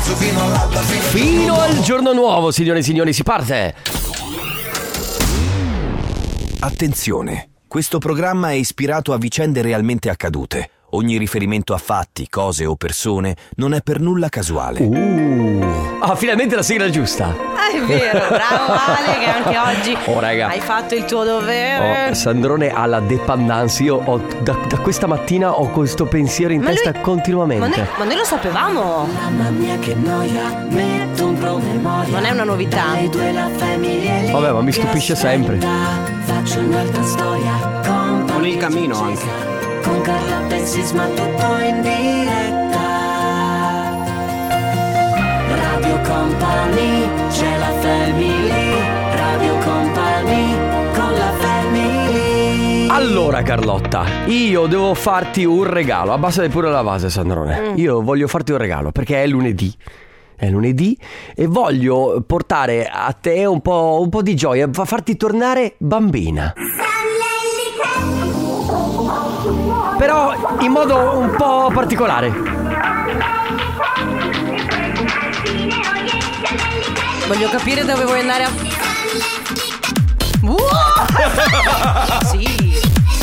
Fino al giorno nuovo, signore e signori, si parte. Attenzione, questo programma è ispirato a vicende realmente accadute. Ogni riferimento a fatti, cose o persone non è per nulla casuale. Finalmente la sigla giusta. È vero, bravo Ale, che anche oggi raga, hai fatto il tuo dovere. Sandrone ha la dépendance. Io da questa mattina ho questo pensiero in testa continuamente. Ma noi lo sapevamo. Mamma mia che noia, metto un promemoria. Non è una novità. Vabbè, ma mi stupisce sempre. Faccio un'altra storia con il cammino anche. Con Carla Bensisma tutto in diretta. Radio Company, c'è la family. Radio Company, con la family. Allora Carlotta, io devo farti un regalo. Abbassate pure la base, Sandrone. Io voglio farti un regalo perché è lunedì. È lunedì e voglio portare a te un po' di gioia, farti tornare bambina. Però in modo un po' particolare. Voglio capire dove vuoi andare a... Sì.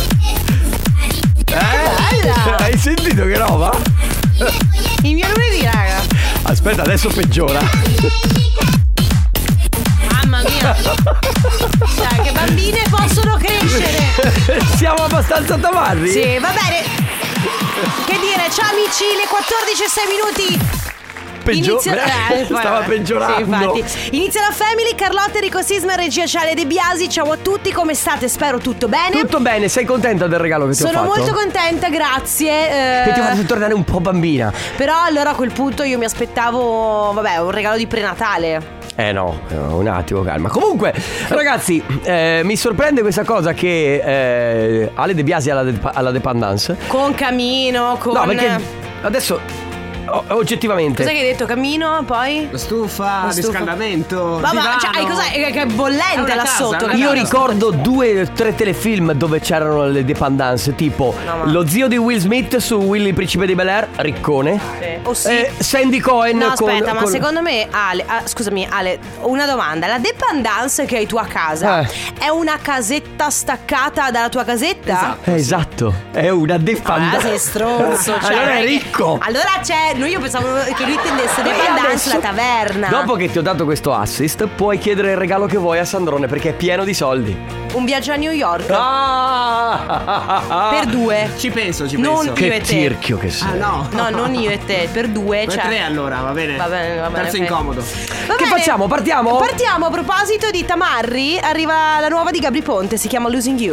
Bella. Hai sentito che roba? Il mio lunedì, raga. Aspetta, adesso peggiora. Mamma mia. Dai, che bambine possono crescere. Siamo abbastanza tamarri? Sì, va bene. Che dire, ciao amici, le 14:06 minuti. Stava peggiorando. Sì, infatti. Inizia la family, Carlotta, Enrico Sisma, regia Ciale De Biasi. Ciao a tutti, come state? Spero tutto bene. Tutto bene, sei contenta del regalo che ti ho fatto? Sono molto contenta, grazie. Che ti ho fatto tornare un po' bambina. Però allora a quel punto io mi aspettavo, un regalo di prenatale. No, un attimo, calma. Comunque, ragazzi, mi sorprende questa cosa che Ale De Biasi alla dépendance. Con camino, con... No, perché adesso oggettivamente. Cos'è che hai detto? Camino, poi? La stufa, riscaldamento. Ma cioè, cos'è? Che è bollente là sotto. Io ricordo 2 o 3 telefilm dove c'erano le dépendance, tipo Lo zio di Will Smith su Willy Principe di Bel-Air, riccone. Sì. Sandy Cohen. No, aspetta, ma secondo me Ale, scusami Ale, una domanda. La dépendance che hai tu a casa è una casetta staccata dalla tua casetta? Esatto. È una dépendance. Sei stronzo. Cioè, allora è ricco. Allora c'è. Io pensavo che lui intendesse dépendance la taverna. Dopo che ti ho dato questo assist, puoi chiedere il regalo che vuoi a Sandrone, perché è pieno di soldi. Un viaggio a New York. Per 2. Ci penso. Non che io e te. tirchio che sei. No, non io e te. Per 2. Per 3 allora, va bene. Terzo incomodo. Che facciamo? Partiamo? Partiamo. A proposito di tamarri, arriva la nuova di Gabry Ponte. Si chiama Losing You.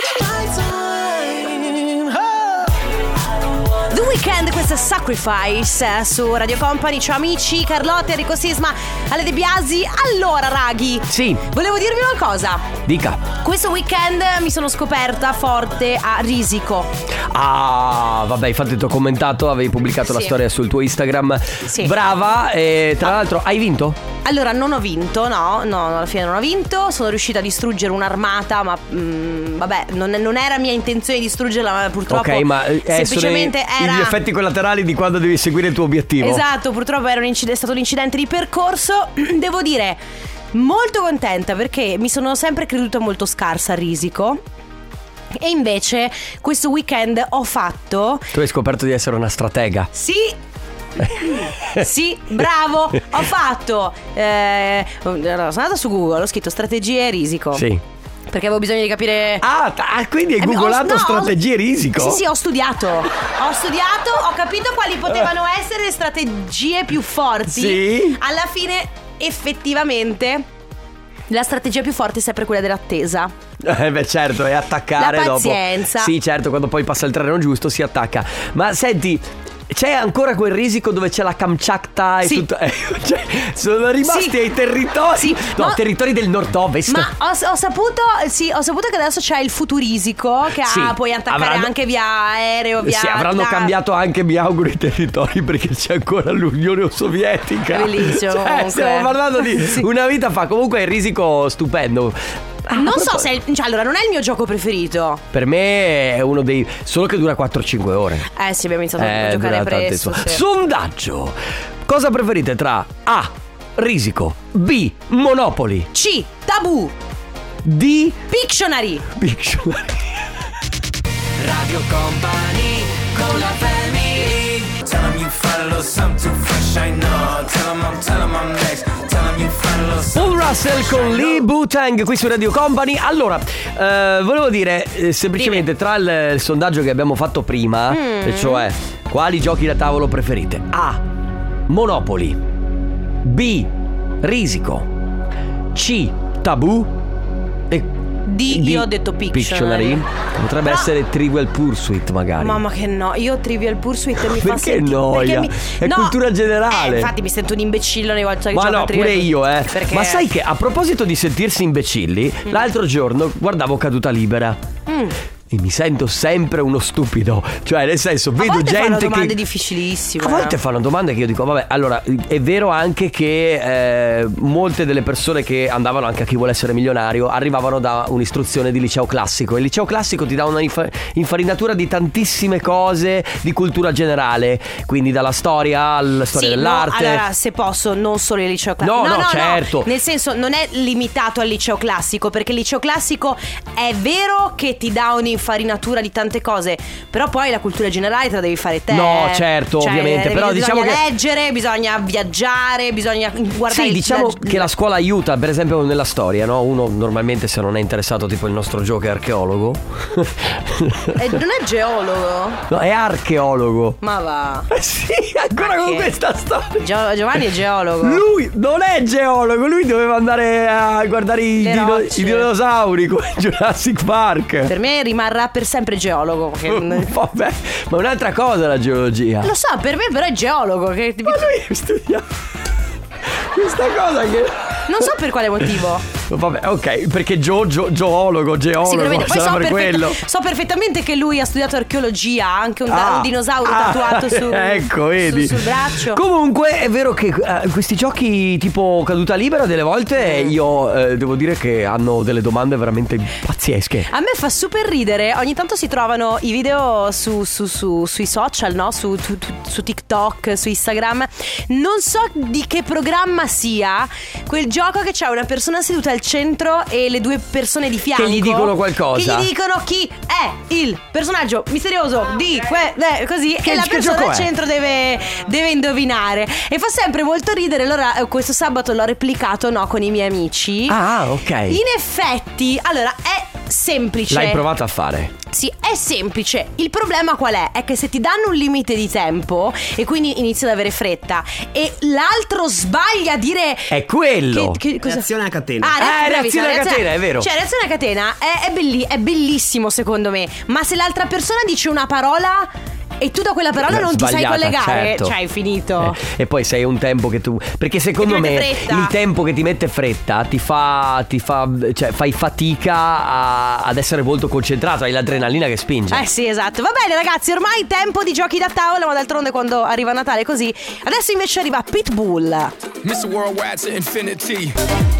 The Weeknd, questa Sacrifice su Radio Company. Ciao amici, Carlotta, Enrico Sisma, Ale De Biasi. Allora raghi, sì, volevo dirvi una cosa. Dica. Questo weekend mi sono scoperta forte a Risico. Vabbè, infatti ti ho commentato, avevi pubblicato la storia sul tuo Instagram. Sì. Brava, e tra l'altro hai vinto? Allora non ho vinto, no, alla fine non ho vinto. Sono riuscita a distruggere un'armata, ma vabbè, non era mia intenzione distruggerla, ma purtroppo semplicemente era gli effetti collaterali di quando devi seguire il tuo obiettivo. Esatto, purtroppo è stato un incidente di percorso. Devo dire, molto contenta perché mi sono sempre creduta molto scarsa a Risico. E invece questo weekend ho fatto... Tu hai scoperto di essere una stratega. Sì. Sì, bravo. Ho fatto sono andata su Google, ho scritto strategie Risico. Sì. Perché avevo bisogno di capire. Quindi hai googolato strategie Risico? Sì, ho studiato. Ho capito quali potevano essere le strategie più forti. Sì. Alla fine, effettivamente, la strategia più forte è sempre quella dell'attesa. Beh, certo, è attaccare la pazienza. Dopo. Sì, certo, quando poi passa il treno giusto si attacca. Ma senti, c'è ancora quel Risico dove c'è la Kamchatka e tutto. Cioè, sono rimasti ai territori. Sì, territori del nord-ovest. Ma ho saputo che adesso c'è il Futurisico che puoi attaccare anche via aereo, via. Sì, avranno cambiato anche, mi auguro, i territori, perché c'è ancora l'Unione Sovietica. Bellissimo. Stiamo parlando di una vita fa. Comunque il Risico stupendo. Non so se allora non è il mio gioco preferito. Per me è uno dei. Solo che dura 4-5 ore. Sì, abbiamo iniziato a giocare presto. Sondaggio: Cosa preferite tra A, Risico, B, Monopoli, C, Tabù, D, Pictionary. Radio Company con la family. Tell 'em you find a little something too fresh, I know. Tell 'em I'm next. Tell 'em you find a little something. Paul Russell con Lee Wu-Tang qui su Radio Company. Allora, volevo dire semplicemente tra il sondaggio che abbiamo fatto prima, e cioè quali giochi da tavolo preferite? A, Monopoli, B, Risico, C, Tabù e D, io ho detto Pictionary. Potrebbe essere Trivial Pursuit magari. Mamma che no, io Trivial Pursuit mi fa Perché sentire noia? È cultura generale. Infatti mi sento un imbecillo ogni volta che Ma gioco a no, Trivial pure io, Perché... Ma sai che a proposito di sentirsi imbecilli, l'altro giorno guardavo Caduta Libera e mi sento sempre uno stupido. Cioè, nel senso, vedo gente fanno che domande difficilissime. a volte fanno domande che io dico, vabbè, allora è vero anche che molte delle persone che andavano anche a Chi vuole essere milionario arrivavano da un'istruzione di liceo classico. E il liceo classico ti dà una infarinatura di tantissime cose di cultura generale, quindi dalla storia alla storia dell'arte. Allora, se posso, non solo il liceo classico. No, certo. Nel senso, non è limitato al liceo classico, perché il liceo classico è vero che ti dà un'infarinatura di tante cose, però poi la cultura generale te la devi fare te. No, certo, ovviamente, però diciamo bisogna che leggere, bisogna viaggiare, bisogna guardare. Sì, diciamo che la scuola aiuta, per esempio nella storia, no? Uno normalmente, se non è interessato, tipo il nostro Gio che è archeologo. Non è geologo? No, è archeologo. Ma va. Sì, ancora con questa storia. Giovanni è geologo. Lui non è geologo, lui doveva andare a guardare i dinosauri con Jurassic Park. Per me rimarrà per sempre geologo. Vabbè, ma un'altra cosa la geologia. Lo so, per me però è geologo. Ma lui studia questa cosa che non so per quale motivo. Vabbè, ok, perché geologo, sicuramente. Poi sarà per quello. So perfettamente che lui ha studiato archeologia, ha anche un dinosauro tatuato su, ecco, vedi, sul braccio. Comunque è vero che questi giochi tipo Caduta Libera delle volte io devo dire che hanno delle domande veramente pazzesche. A me fa super ridere, ogni tanto si trovano i video sui social, no? Su TikTok, su Instagram. Non so di che programma sia quel gioco che c'è una persona seduta al centro e le due persone di fianco che gli dicono qualcosa, che gli dicono chi è il personaggio misterioso di così, che e la persona al centro deve indovinare, e fa sempre molto ridere. Allora questo sabato l'ho replicato, no, con i miei amici. Ah, ok. In effetti, allora è semplice. L'hai provato a fare? Sì, è semplice. Il problema qual è? È che se ti danno un limite di tempo e quindi inizi ad avere fretta e l'altro sbaglia a dire, è quello. Reazione a catena. Reazione a catena, è vero. Cioè, reazione a catena è bellissimo secondo me. Ma se l'altra persona dice una parola e tu da quella parola non ti sai collegare, certo. Cioè è finito. E poi sei un tempo che tu, perché secondo me il tempo che ti mette fretta ti fa cioè fai fatica ad essere molto concentrato. Hai l'adrenalina che spinge. Sì, esatto. Va bene ragazzi, ormai tempo di giochi da tavola, ma d'altronde quando arriva Natale così. Adesso invece arriva Pitbull, Mr. Worldwide to Infinity.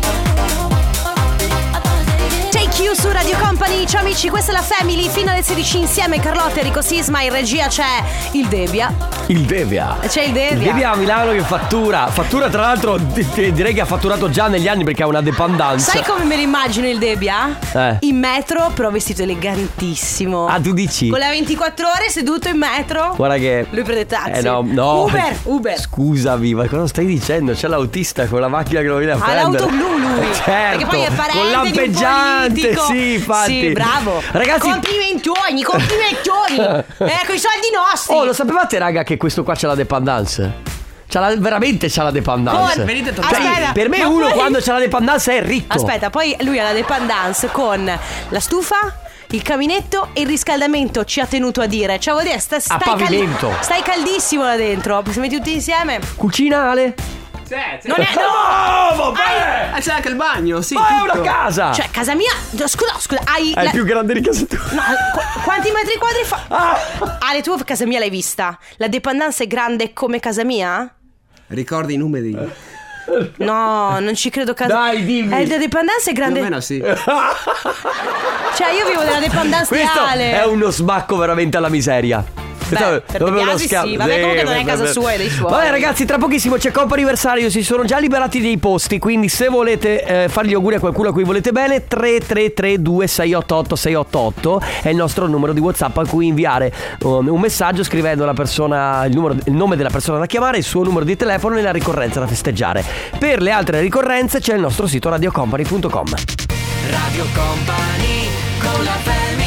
Take You su Radio Company. Ciao amici, questa è la Family. Fino alle 16 insieme Carlotta, Enrico Sisma. In regia c'è il Debbia. C'è il Debbia a Milano che fattura tra l'altro direi che ha fatturato già negli anni, perché ha una dependance. Sai come me lo immagino il Debbia? In metro, però vestito elegantissimo. Ah, tu dici? Con la 24 ore seduto in metro. Guarda che lui prende taxi. no. Uber. Scusami, ma cosa stai dicendo? C'è l'autista con la macchina che lo viene a prendere. Ha l'auto blu lui. Certo. Perché poi è parente con lampeggiante. Sì, infatti. Sì, bravo. Ragazzi, complimentoni. Con i soldi nostri. Oh, lo sapevate raga che questo qua c'ha la dependance? Veramente c'ha la dependance. Aspetta, per me uno quando c'ha la dependance è ricco. Aspetta, poi lui ha la dependance con la stufa, il caminetto e il riscaldamento, ci ha tenuto a dire. Cioè vuol dire a pavimento. Stai caldissimo là dentro. Se metti tutti insieme. Cucina, Ale? Non è, vabbè! C'è anche il bagno, sì. Ma è una casa! Cioè, casa mia. Scusa, hai. È più grande di casa tua. No, quanti metri quadri fa? Ale, tu casa mia l'hai vista? La dependance è grande come casa mia? Ricordi i numeri? No, non ci credo. Dai, dimmi. La dependance è grande. Più o meno sì. Cioè, io vivo della dependance di Ale. Questo è uno smacco veramente alla miseria. Beh, per De Biasi sì. Vabbè, comunque non è casa sua, è dei suoi. Vabbè ragazzi, tra pochissimo c'è comp'anniversario, si sono già liberati dei posti, quindi se volete fare gli auguri a qualcuno a cui volete bene, 333-2688-688 è il nostro numero di WhatsApp a cui inviare un messaggio scrivendo la persona, il nome della persona da chiamare, il suo numero di telefono e la ricorrenza da festeggiare. Per le altre ricorrenze c'è il nostro sito radiocompany.com. Radio Company con la family.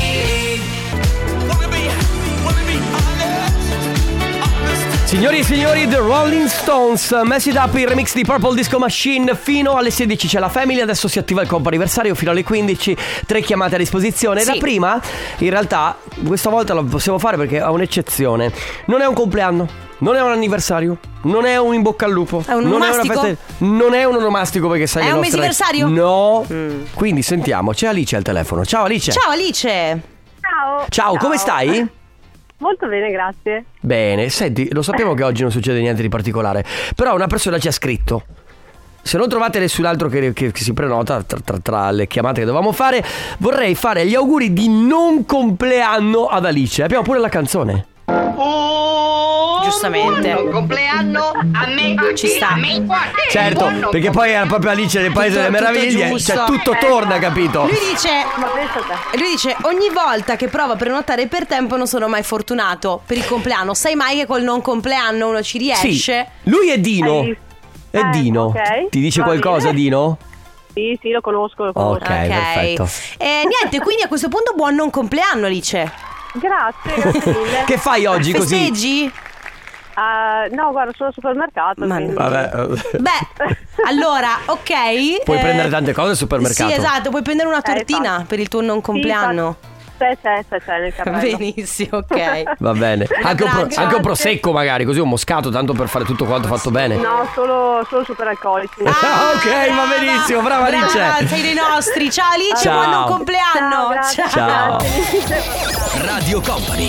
Signori e signori, The Rolling Stones, Mess It Up, il remix di Purple Disco Machine. Fino alle 16 c'è la Family, adesso si attiva il comp'anniversario fino alle 15, 3 chiamate a disposizione. Sì. Da prima, in realtà, questa volta lo possiamo fare perché ha un'eccezione. Non è un compleanno, non è un anniversario, non è un in bocca al lupo, è un non onomastico? è una festa, non è un onomastico perché sai è le un nostre... mesiversario? No. Quindi sentiamo, c'è Alice al telefono. Ciao Alice. Ciao Alice. Ciao, come stai? Molto bene, grazie. Bene, senti, lo sapevo che oggi non succede niente di particolare, però una persona ci ha scritto. Se non trovate nessun che si prenota tra le chiamate che dovevamo fare, vorrei fare gli auguri di non compleanno ad Alice. Abbiamo pure la canzone. Giustamente. Buon compleanno a me. Ci sta. A me. Certo, perché poi era proprio Alice nel Paese delle Meraviglie. giusto. Cioè tutto torna, capito? Lui dice ogni volta che provo a prenotare per tempo non sono mai fortunato per il compleanno. Sai mai che col non compleanno uno ci riesce? Sì, lui è Dino. È Dino. ok. Ti dice Va qualcosa, bene. Dino? Sì, lo conosco. Ok, perfetto. Niente, quindi a questo punto buon non compleanno, Alice. Grazie mille. Che fai oggi così? Festeggi? No, guarda, sono al supermercato. Ma quindi- Vabbè. Beh, allora, ok. Puoi prendere tante cose al supermercato. Sì, esatto, puoi prendere una tortina esatto. per il tuo non compleanno. C'è nel carrello. Benissimo, ok. Va bene. Anche Grazie. un prosecco magari, così un moscato, tanto per fare tutto quanto fatto bene. No, solo super alcolici. Ok, va benissimo, brava Alice. Brava, sei dei nostri. Ciao Alice, Ciao. buon non compleanno. Ciao, grazie. Ciao. Radio Company.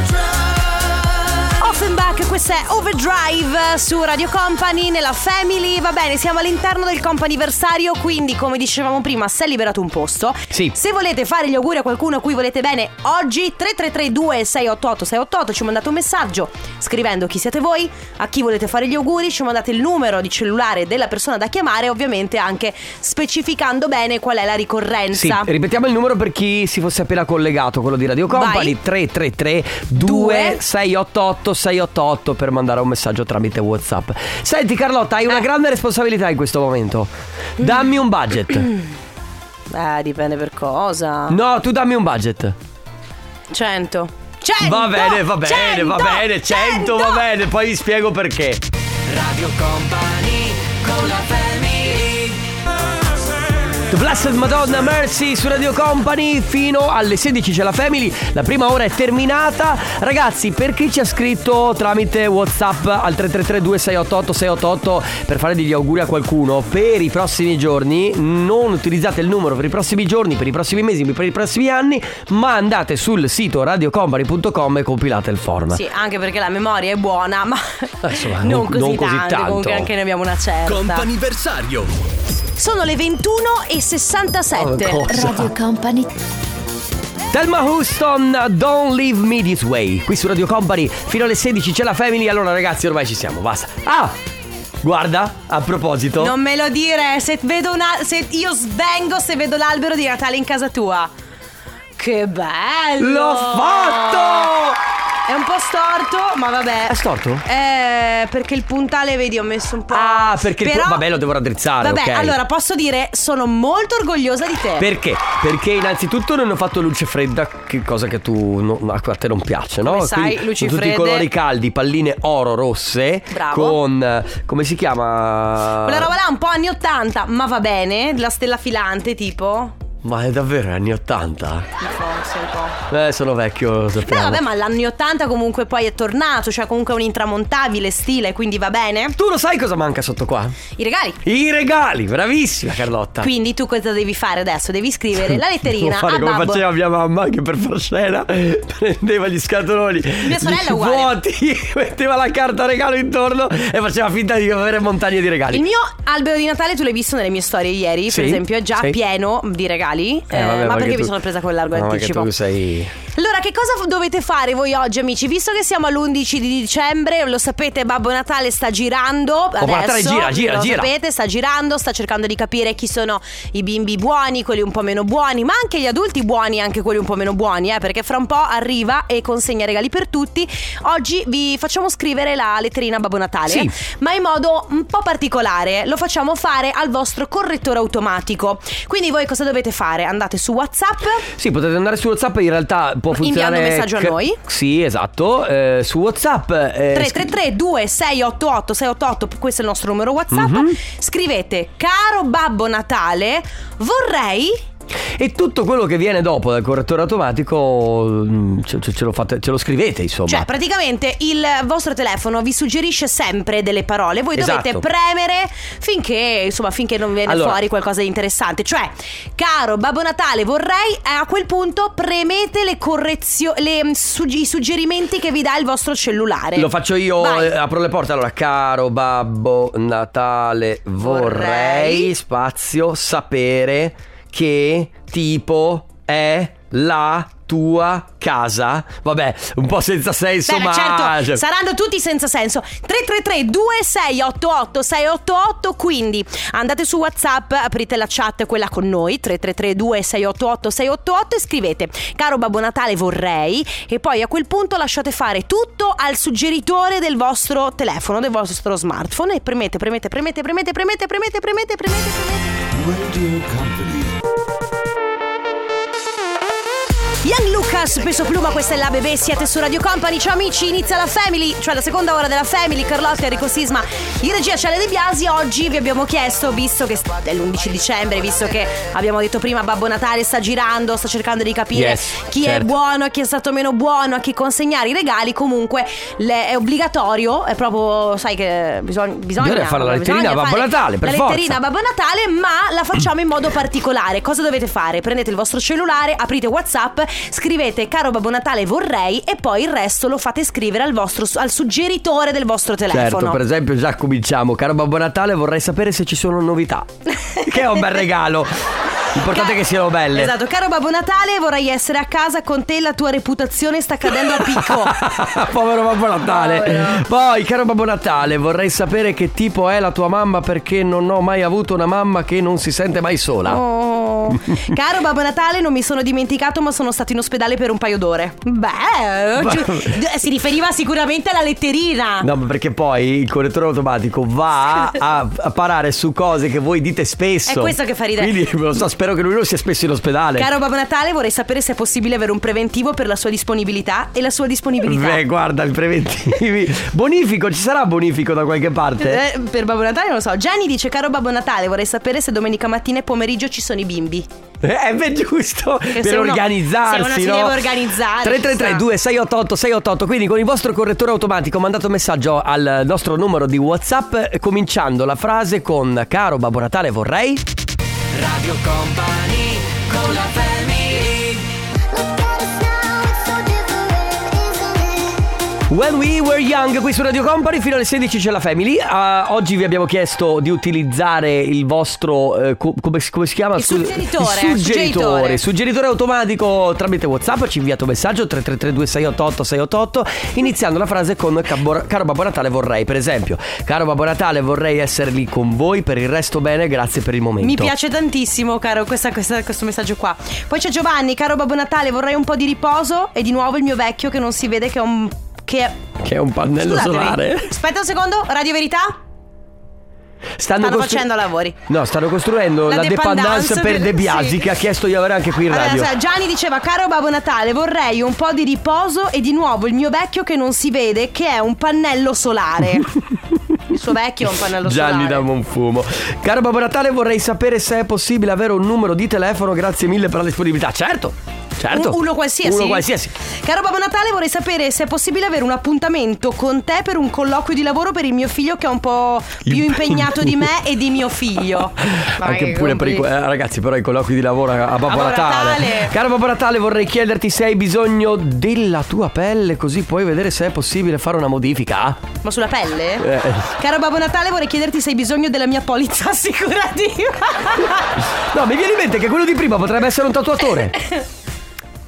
Offenbach, questa è Overdrive su Radio Company nella Family. Va bene, siamo all'interno del comp'anniversario, quindi come dicevamo prima si è liberato un posto. Sì. Se volete fare gli auguri a qualcuno a cui volete bene oggi, 333-2688-688, ci mandate un messaggio scrivendo chi siete voi, a chi volete fare gli auguri, ci mandate il numero di cellulare della persona da chiamare, ovviamente anche specificando bene qual è la Sì, ricorrenza. ripetiamo il numero per chi si fosse appena collegato, quello di Radio Company. Vai. 333-2688-688 per mandare un messaggio tramite WhatsApp. Senti Carlotta, hai una grande responsabilità in questo momento. Dammi un budget. Dipende per cosa. No, tu dammi un budget. 100. Va bene, va bene, va bene. 100 va bene, poi vi spiego perché. Radio Company con la family. The Blessed Madonna Mercy su Radio Company. Fino alle 16 c'è la Family. La prima ora è terminata. Ragazzi, per chi ci ha scritto tramite WhatsApp al 333-2688-688 per fare degli auguri a qualcuno per i prossimi giorni, non utilizzate il numero per i prossimi giorni, per i prossimi mesi, per i prossimi anni, ma andate sul sito radiocompany.com e compilate il form. Sì, anche perché la memoria è buona, ma Insomma, non così non così tanto. tanto. Comunque anche noi abbiamo una certa. Comp'anniversario. Sono le 21:67. Oh, cosa? Radio Company. Thelma Houston, Don't Leave Me This Way. Qui su Radio Company fino alle 16 c'è la Family. Allora ragazzi, ormai ci siamo, basta. Guarda, a proposito, Non me lo dire, se io svengo se vedo l'albero di Natale in casa tua. Che bello! l'ho fatto! È un po' storto, ma vabbè. È storto? Perché il puntale, vedi, ho messo un po'. Perché vabbè, lo devo raddrizzare. Vabbè, ok. allora posso dire, sono molto orgogliosa di te. Perché? Perché innanzitutto non ho fatto luce fredda, che cosa che a te non piace, no? Come sai, Quindi, luci con tutti fredde. i colori caldi, palline oro rosse. Bravo. Con come si chiama? Quella roba là un po' anni 80, ma va bene. La stella filante, tipo. Ma è davvero anni 80? Forse un po'. Sono vecchio, lo sappiamo. Però vabbè, ma l'anni 80 comunque poi è tornato. Cioè comunque è un intramontabile stile, quindi va bene. Tu lo sai cosa manca sotto qua? I regali. I regali, bravissima Carlotta. Quindi tu cosa devi fare adesso? Devi scrivere la letterina Devo fare a come babbo. faceva mia mamma, che per far scena prendeva gli scatoloni, Mia sorella li uguale. vuoti, metteva la carta regalo intorno e faceva finta di avere montagne di regali. Il mio albero di Natale tu l'hai visto nelle mie storie ieri, Sì, per esempio, è già sì. pieno di regali. Vabbè, ma perché tu- mi sono presa con largo no, anticipo. Perché tu sei... Allora Allora, che cosa dovete fare voi oggi, amici? Visto che siamo all'11 di dicembre, lo sapete, Babbo Natale sta girando adesso. Gira. Sapete, sta girando, sta cercando di capire chi sono i bimbi buoni, quelli un po' meno buoni, ma anche gli adulti buoni, anche quelli un po' meno buoni, perché fra un po' arriva e consegna regali per tutti. Oggi vi facciamo scrivere la letterina a Babbo Natale, sì, ma in modo un po' particolare. Lo facciamo fare al vostro correttore automatico. Quindi voi cosa dovete fare? Andate su WhatsApp. Sì, potete andare su WhatsApp, in realtà può funzionare. Inviando un messaggio a noi. Sì, esatto. Su WhatsApp 333 2688 688, questo è il nostro numero WhatsApp. Scrivete: caro Babbo Natale, vorrei. E tutto quello che viene dopo dal correttore automatico ce lo scrivete, insomma. Cioè, praticamente il vostro telefono vi suggerisce sempre delle parole. Voi dovete premere finché non viene fuori qualcosa di interessante. Cioè, caro Babbo Natale, vorrei. A quel punto premete le correzioni, i suggerimenti che vi dà il vostro cellulare. Lo faccio io. Vai. Apro le porte. Allora, caro Babbo Natale, vorrei spazio sapere che tipo è la tua casa. Vabbè, un po' senza senso. Beh, certo, saranno tutti senza senso. 333 2688 688. Quindi andate su WhatsApp, aprite la chat, quella con noi, 333 2688 688, e scrivete: caro Babbo Natale, vorrei. E poi a quel punto lasciate fare tutto al suggeritore del vostro telefono, del vostro smartphone, e premete. Young Lucas, Peso Pluma, questa è la Bebè, siete su Radio Company. Ciao amici, inizia la Family, cioè la seconda ora della Family. Carlotta, Enrico Sisma, in regia Cele De Biasi. Oggi vi abbiamo chiesto, visto che è l'11 dicembre, visto che abbiamo detto prima Babbo Natale sta girando, sta cercando di capire chi è buono, chi è stato meno buono, a chi consegnare i regali. Comunque è obbligatorio, è proprio, sai che bisogna fare la letterina a Babbo Natale, per la forza. letterina a Babbo Natale, ma la facciamo in modo particolare. Cosa dovete fare? Prendete il vostro cellulare, aprite WhatsApp, scrivete caro Babbo Natale, vorrei, e poi il resto lo fate scrivere al suggeritore del vostro telefono. Certo, per esempio già cominciamo: caro Babbo Natale, vorrei sapere se ci sono novità. Che è un bel regalo. L'importante è che siano belle. Esatto, caro Babbo Natale, vorrei essere a casa con te, la tua reputazione sta cadendo a picco. Povero Babbo Natale. Povero. Poi, caro Babbo Natale, vorrei sapere che tipo è la tua mamma, perché non ho mai avuto una mamma che non si sente mai sola. Oh. Caro Babbo Natale, non mi sono dimenticato, ma sono stato in ospedale per un paio d'ore. Si riferiva sicuramente alla letterina. No, perché poi il correttore automatico va a parare su cose che voi dite spesso. È questo che fa ridere. Quindi lo so, spero che lui non sia spesso in ospedale. Caro Babbo Natale, vorrei sapere se è possibile avere un preventivo per la sua disponibilità e la sua disponibilità. Beh, guarda, i preventivi. Bonifico, ci sarà bonifico da qualche parte? Per Babbo Natale non lo so. Gianni dice: caro Babbo Natale, vorrei sapere se domenica mattina e pomeriggio ci sono i bimbi. Beh, giusto, che per organizzarsi, se uno si deve organizzare. 333 2688 688. Quindi con il vostro correttore automatico mandate un messaggio al nostro numero di WhatsApp, cominciando la frase con caro Babbo Natale, vorrei. Radio Company con la Family. When We Were Young, qui su Radio Company, fino alle 16 c'è la Family. Oggi vi abbiamo chiesto di utilizzare il vostro come si chiama? Il suggeritore. Suggeritore automatico tramite WhatsApp. Ci inviate un messaggio 333 2688 688, iniziando la frase con caro Babbo Natale, vorrei. Per esempio: caro Babbo Natale, vorrei essere lì con voi, per il resto bene, grazie per il momento. Mi piace tantissimo, caro, questo messaggio qua. Poi c'è Giovanni: caro Babbo Natale, vorrei un po' di riposo e di nuovo il mio vecchio che non si vede, che è un pannello solare. Aspetta un secondo, Radio Verità? Stanno facendo lavori. No, stanno costruendo la dépendance per De Biasi, che ha chiesto di avere anche qui in radio. Allora, Gianni diceva: caro Babbo Natale, vorrei un po' di riposo e di nuovo il mio vecchio che non si vede, che è un pannello solare. Il suo vecchio è un pannello solare. Gianni da Monfumo. Caro Babbo Natale, vorrei sapere se è possibile avere un numero di telefono, grazie mille per la disponibilità. Certo. Uno qualsiasi. Caro Babbo Natale, vorrei sapere se è possibile avere un appuntamento con te per un colloquio di lavoro per il mio figlio, che è un po' più impegnato di me e di mio figlio. Anche pure per ragazzi, però i colloqui di lavoro a Babbo Natale. Caro Babbo Natale, vorrei chiederti se hai bisogno della tua pelle, così puoi vedere se è possibile fare una modifica. Ma sulla pelle? Caro Babbo Natale, vorrei chiederti se hai bisogno della mia polizza assicurativa. No, mi viene in mente che quello di prima potrebbe essere un tatuatore.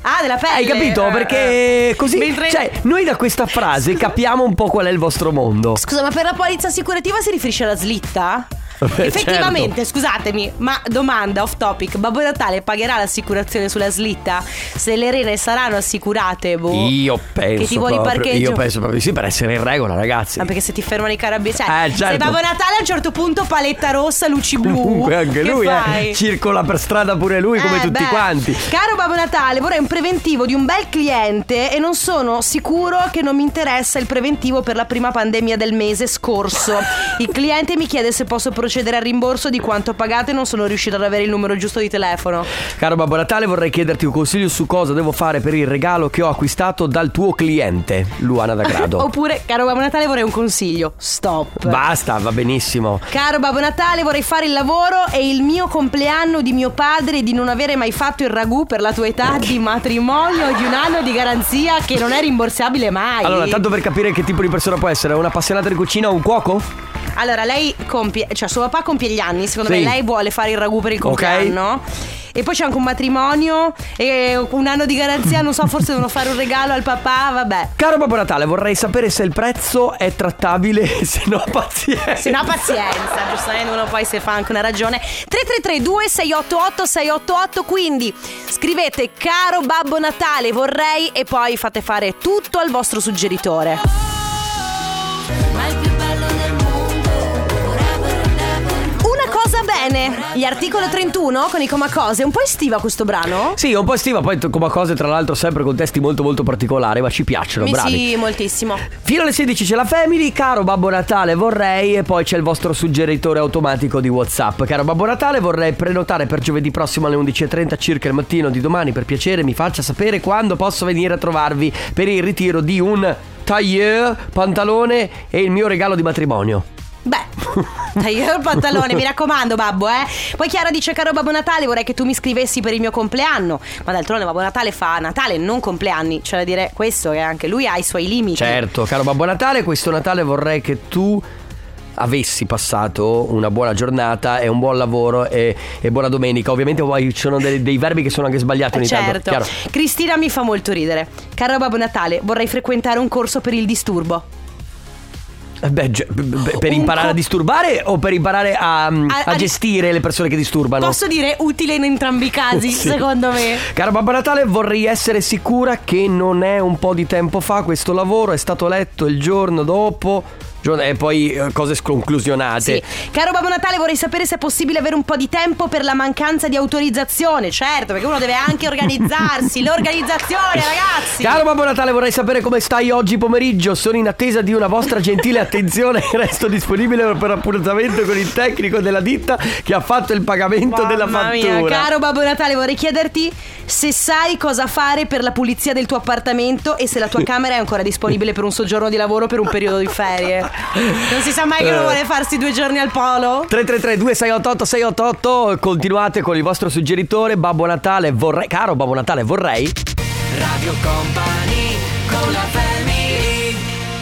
Ah, della pelle. Hai capito? Perché così Mentre- cioè, noi da questa frase capiamo un po' qual è il vostro mondo. Scusa, ma per la polizza assicurativa si riferisce alla slitta? Effettivamente, scusatemi, ma domanda off topic: Babbo Natale pagherà l'assicurazione sulla slitta? Se le rene saranno assicurate, boh. Io penso che tipo di proprio, parcheggio? io penso proprio di sì, per essere in regola, ragazzi. Ma perché se ti fermano i carabinieri, cioè, certo. se Babbo Natale a un certo punto paletta rossa, luci blu, Comunque anche che lui fai? circola per strada pure lui come tutti quanti. Caro Babbo Natale, vorrei un preventivo di un bel cliente e non sono sicuro che non mi interessa il preventivo per la prima pandemia del mese scorso. Il cliente mi chiede se posso procedere al rimborso di quanto pagato e non sono riuscito ad avere il numero giusto di telefono. Caro Babbo Natale, vorrei chiederti un consiglio su cosa devo fare per il regalo che ho acquistato dal tuo cliente, Luana da Grado. Oppure, caro Babbo Natale, vorrei un consiglio. Stop. Basta, va benissimo. Caro Babbo Natale, vorrei fare il lavoro e il mio compleanno di mio padre di non avere mai fatto il ragù per la tua età di matrimonio di un anno di garanzia che non è rimborsabile mai. Allora, tanto per capire che tipo di persona può essere, un appassionato di cucina o un cuoco? Allora, lei compie, cioè suo papà compie gli anni, secondo Sì. me lei vuole fare il ragù per il compleanno. E poi c'è anche un matrimonio e un anno di garanzia, non so, forse devono fare un regalo al papà, vabbè. Caro Babbo Natale, vorrei sapere se il prezzo è trattabile, se no pazienza. Se no pazienza, giustamente uno poi se fa anche una ragione. 333-2688-688, quindi scrivete caro Babbo Natale vorrei e poi fate fare tutto al vostro suggeritore. Bene, gli articolo 31 con i comacose. Un po' estiva questo brano? Sì, un po' estiva, poi come cose tra l'altro sempre con testi molto molto particolari, ma ci piacciono, bravi. Sì, moltissimo. Fino alle 16 c'è la Family, caro Babbo Natale vorrei, e poi c'è il vostro suggeritore automatico di WhatsApp. Caro Babbo Natale, vorrei prenotare per giovedì prossimo alle 11:30 circa il mattino di domani, per piacere mi faccia sapere quando posso venire a trovarvi per il ritiro di un tailleur, pantalone e il mio regalo di matrimonio. Beh, taglio il pantalone, mi raccomando babbo, Poi Chiara dice caro Babbo Natale vorrei che tu mi scrivessi per il mio compleanno. Ma d'altronde Babbo Natale fa Natale, non compleanni. C'è da dire questo, che anche lui ha i suoi limiti. Certo, caro Babbo Natale, questo Natale vorrei che tu avessi passato una buona giornata e un buon lavoro e buona domenica. Ovviamente poi ci sono dei verbi che sono anche sbagliati ogni tanto. Certo. Chiaro. Cristina mi fa molto ridere. Caro Babbo Natale vorrei frequentare un corso per il disturbo. Per imparare a disturbare o per imparare a gestire le persone che disturbano? Posso dire utile in entrambi i casi, Sì. secondo me. Caro Babbo Natale, vorrei essere sicura che non è un po' di tempo fa questo lavoro, è stato letto il giorno dopo. E poi cose sconclusionate. Sì. Caro Babbo Natale vorrei sapere se è possibile avere un po' di tempo per la mancanza di autorizzazione. Certo, perché uno deve anche organizzarsi. L'organizzazione, ragazzi. Caro Babbo Natale, vorrei sapere come stai oggi pomeriggio. Sono in attesa di una vostra gentile attenzione. Resto disponibile per appuntamento con il tecnico della ditta che ha fatto il pagamento della Mamma fattura. mia. Caro Babbo Natale vorrei chiederti se sai cosa fare per la pulizia del tuo appartamento e se la tua camera è ancora disponibile per un soggiorno di lavoro per un periodo di ferie. Non si sa mai che uno vuole farsi 2 giorni al polo. 333-2688-688. Continuate con il vostro suggeritore. Babbo Natale vorrei. Caro Babbo Natale vorrei. Radio Company con la Family.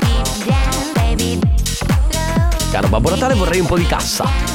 Caro Babbo Natale vorrei un po' di cassa.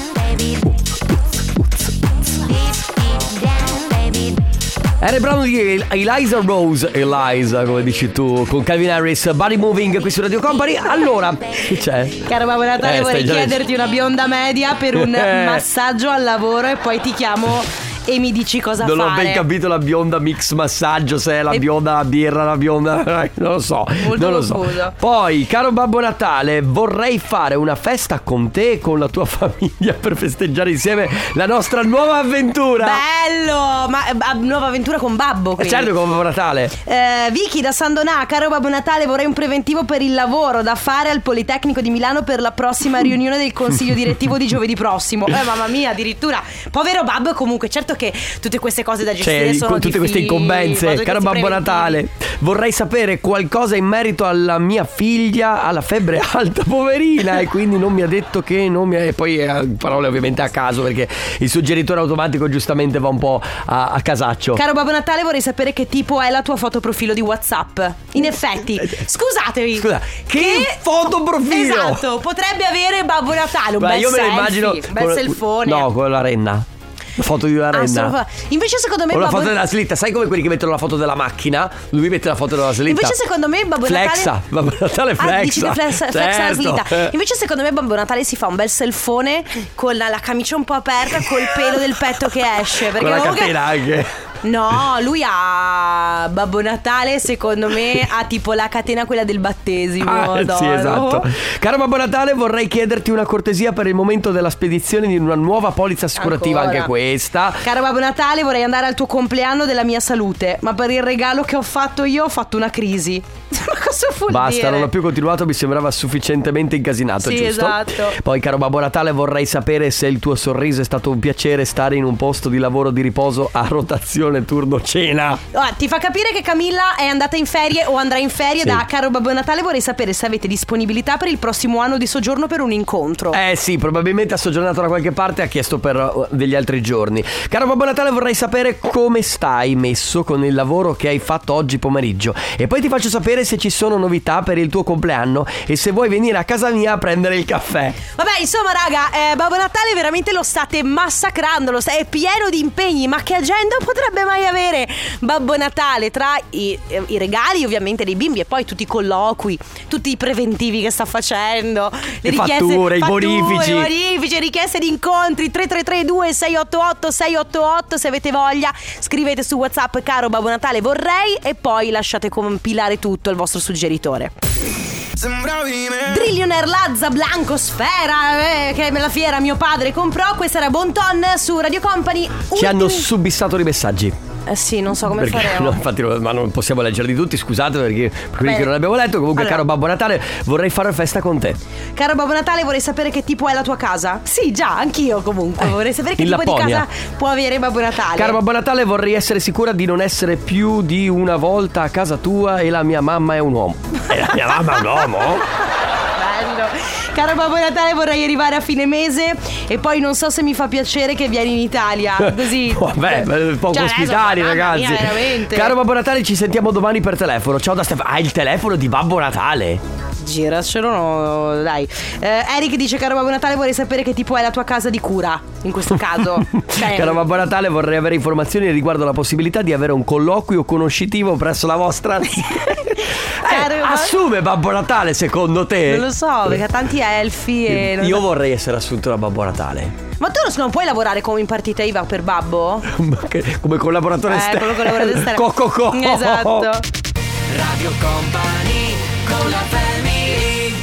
Era il brano di Eliza Rose, Eliza come dici tu, con Calvin Harris, Body Moving qui su Radio Company. Allora, che c'è? Caro Babbo Natale vorrei stai già chiederti una bionda media per un massaggio al lavoro e poi ti chiamo e mi dici cosa Non fare. ho ben capito la bionda mix massaggio, se è la bionda la birra, la bionda non lo so. Molto non lo so. confuso. Poi, caro Babbo Natale, vorrei fare una festa con te e con la tua famiglia per festeggiare insieme la nostra nuova avventura. Bello, ma nuova avventura con Babbo quindi. Certo, con Babbo Natale. Vicky da San Donà, caro Babbo Natale vorrei un preventivo per il lavoro da fare al Politecnico di Milano per la prossima riunione del consiglio direttivo di giovedì prossimo. Mamma mia, addirittura. Povero Babbo, comunque certo che tutte queste cose da gestire sono tutte queste incombenze. Caro Babbo Natale, vorrei sapere qualcosa in merito alla mia figlia, alla febbre alta, poverina, e quindi non mi ha detto che non mi ha... E poi parole ovviamente a caso, perché il suggeritore automatico giustamente va un po' a casaccio. Caro Babbo Natale vorrei sapere che tipo è la tua fotoprofilo di WhatsApp. In effetti, scusatevi, Scusa, che fotoprofilo? Esatto, potrebbe avere Babbo Natale un bel Io me lo selfie, immagino un bel selfone. No, con la renna. La foto di una renna. Invece secondo me o la foto della slitta. Sai come quelli che mettono la foto della macchina? Lui mette la foto della slitta. Invece secondo me Babbo Natale Babbo Natale flexa. Dici che flexa la Certo. slitta. Invece secondo me Babbo Natale si fa un bel selfone con la camicia un po' aperta, col pelo del petto che esce, perché con la comunque... catena anche. No, lui ha Babbo Natale, secondo me ha tipo la catena quella del battesimo. Sì, esatto. Caro Babbo Natale, vorrei chiederti una cortesia per il momento della spedizione di una nuova polizza assicurativa. Ancora. Anche questa. Caro Babbo Natale, vorrei andare al tuo compleanno della mia salute, ma per il regalo che ho fatto io ho fatto una crisi. Ma cosa vuol Basta, dire? non ho più continuato, mi sembrava sufficientemente incasinato, sì, giusto? Esatto. Poi, caro Babbo Natale, vorrei sapere se il tuo sorriso è stato un piacere stare in un posto di lavoro di riposo a rotazione turno cena. Ti fa capire che Camilla è andata in ferie o andrà in ferie. Sì. Da caro Babbo Natale, vorrei sapere se avete disponibilità per il prossimo anno di soggiorno per un incontro. Sì, probabilmente ha soggiornato da qualche parte e ha chiesto per degli altri giorni. Caro Babbo Natale, vorrei sapere come stai messo con il lavoro che hai fatto oggi pomeriggio. E poi ti faccio sapere se ci sono novità per il tuo compleanno e se vuoi venire a casa mia a prendere il caffè. Vabbè, insomma raga, Babbo Natale veramente lo state massacrando, è pieno di impegni. Ma che agenda potrebbe mai avere Babbo Natale? Tra i regali ovviamente dei bimbi e poi tutti i colloqui, tutti i preventivi che sta facendo, le fatture, i bonifici, richieste di incontri. 3332 688 688. Se avete voglia scrivete su WhatsApp caro Babbo Natale vorrei, e poi lasciate compilare tutto il vostro suggeritore. Drillionaire, Lazza, Blanco, Sfera, che la fiera mio padre comprò. Questa era Bon Ton su Radio Company. Ci hanno subissato dei messaggi. Sì, non so come perché, faremo. No, infatti, ma non possiamo leggerli tutti, scusate, perché quelli che non abbiamo letto. Comunque, allora, caro Babbo Natale, vorrei fare festa con te. Caro Babbo Natale, vorrei sapere che tipo è la tua casa. Sì, già, anch'io comunque. Vorrei sapere che tipo Lapponia. di casa può avere Babbo Natale. Caro Babbo Natale, vorrei essere sicura di non essere più di una volta a casa tua e la mia mamma è un uomo. E la mia mamma è un uomo? Bello. Caro Babbo Natale, vorrei arrivare a fine mese e poi non so se mi fa piacere che vieni in Italia. Così. Vabbè, poco ospitali, ragazzi. Mia, veramente. Caro Babbo Natale, ci sentiamo domani per telefono. Ciao da Stefano. Hai il telefono di Babbo Natale? Giracelo, no, dai. Eric dice: caro Babbo Natale, vorrei sapere che tipo è la tua casa di cura. In questo caso. Caro Babbo Natale, vorrei avere informazioni riguardo la possibilità di avere un colloquio conoscitivo presso la vostra assume Babbo Natale secondo te? Non lo so, perché ha tanti elfi e io vorrei essere assunto da Babbo Natale. Ma tu non puoi lavorare come in partita IVA per Babbo? Come collaboratore esterno. Come collaboratore esterno. Co. Esatto. Radio Company con la family.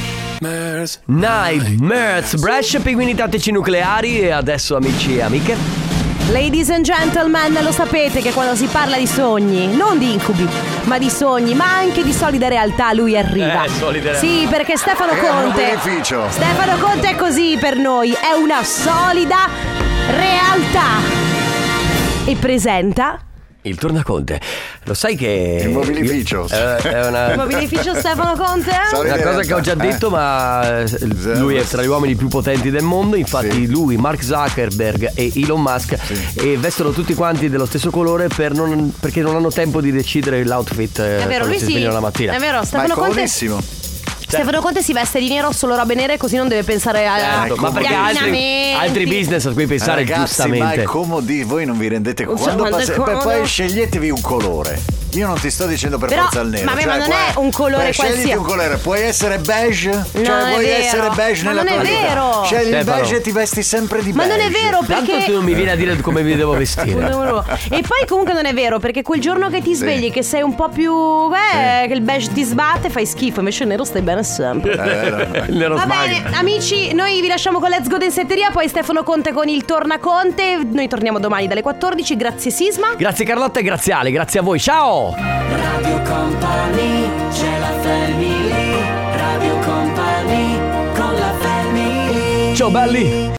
Nightmares, Brescia, pinguini tattici nucleari. E adesso, amici e amiche, ladies and gentlemen, lo sapete che quando si parla di sogni, non di incubi, ma di sogni, ma anche di solida realtà, lui arriva. Solida realtà. Sì, perché Stefano Conte è così per noi, è una solida realtà. E presenta il tornaconte. Lo sai che il mobilificio è una... Il mobilificio Stefano Conte è una cosa che ho già detto, ma lui è tra gli uomini più potenti del mondo. Infatti lui, Mark Zuckerberg e Elon Musk e vestono tutti quanti dello stesso colore perché non hanno tempo di decidere l'outfit. È vero, lui si sì, svegliano la mattina. è vero, Stefano Conte Stefano Conte si veste di nero solo robe nere, così non deve pensare a ma perché altri business a cui pensare, ragazzi, giustamente. ma è comodi, voi non vi rendete conto. Poi sceglietevi un colore. Io non ti sto dicendo per forza il nero. Ma non è un colore qualsiasi. Scegliti un colore, puoi essere beige, vuoi essere beige nella tua vita. Non è vero. Scegli il beige e ti vesti sempre di beige. Ma non è vero, perché tanto tu non mi vieni a dire come mi devo vestire. E poi comunque non è vero, perché quel giorno che ti svegli che sei un po' più che il beige ti sbatte, fai schifo, invece il nero stai bene sempre. Va bene, amici, noi vi lasciamo con Let's Go Densetteria, poi Stefano Conte con il Tornaconte. Noi torniamo domani dalle 14. Grazie Sisma. Grazie Carlotta e grazie Ale, grazie a voi. Ciao. Radio Company, c'è la family. Radio Company con la family. Ciao belli.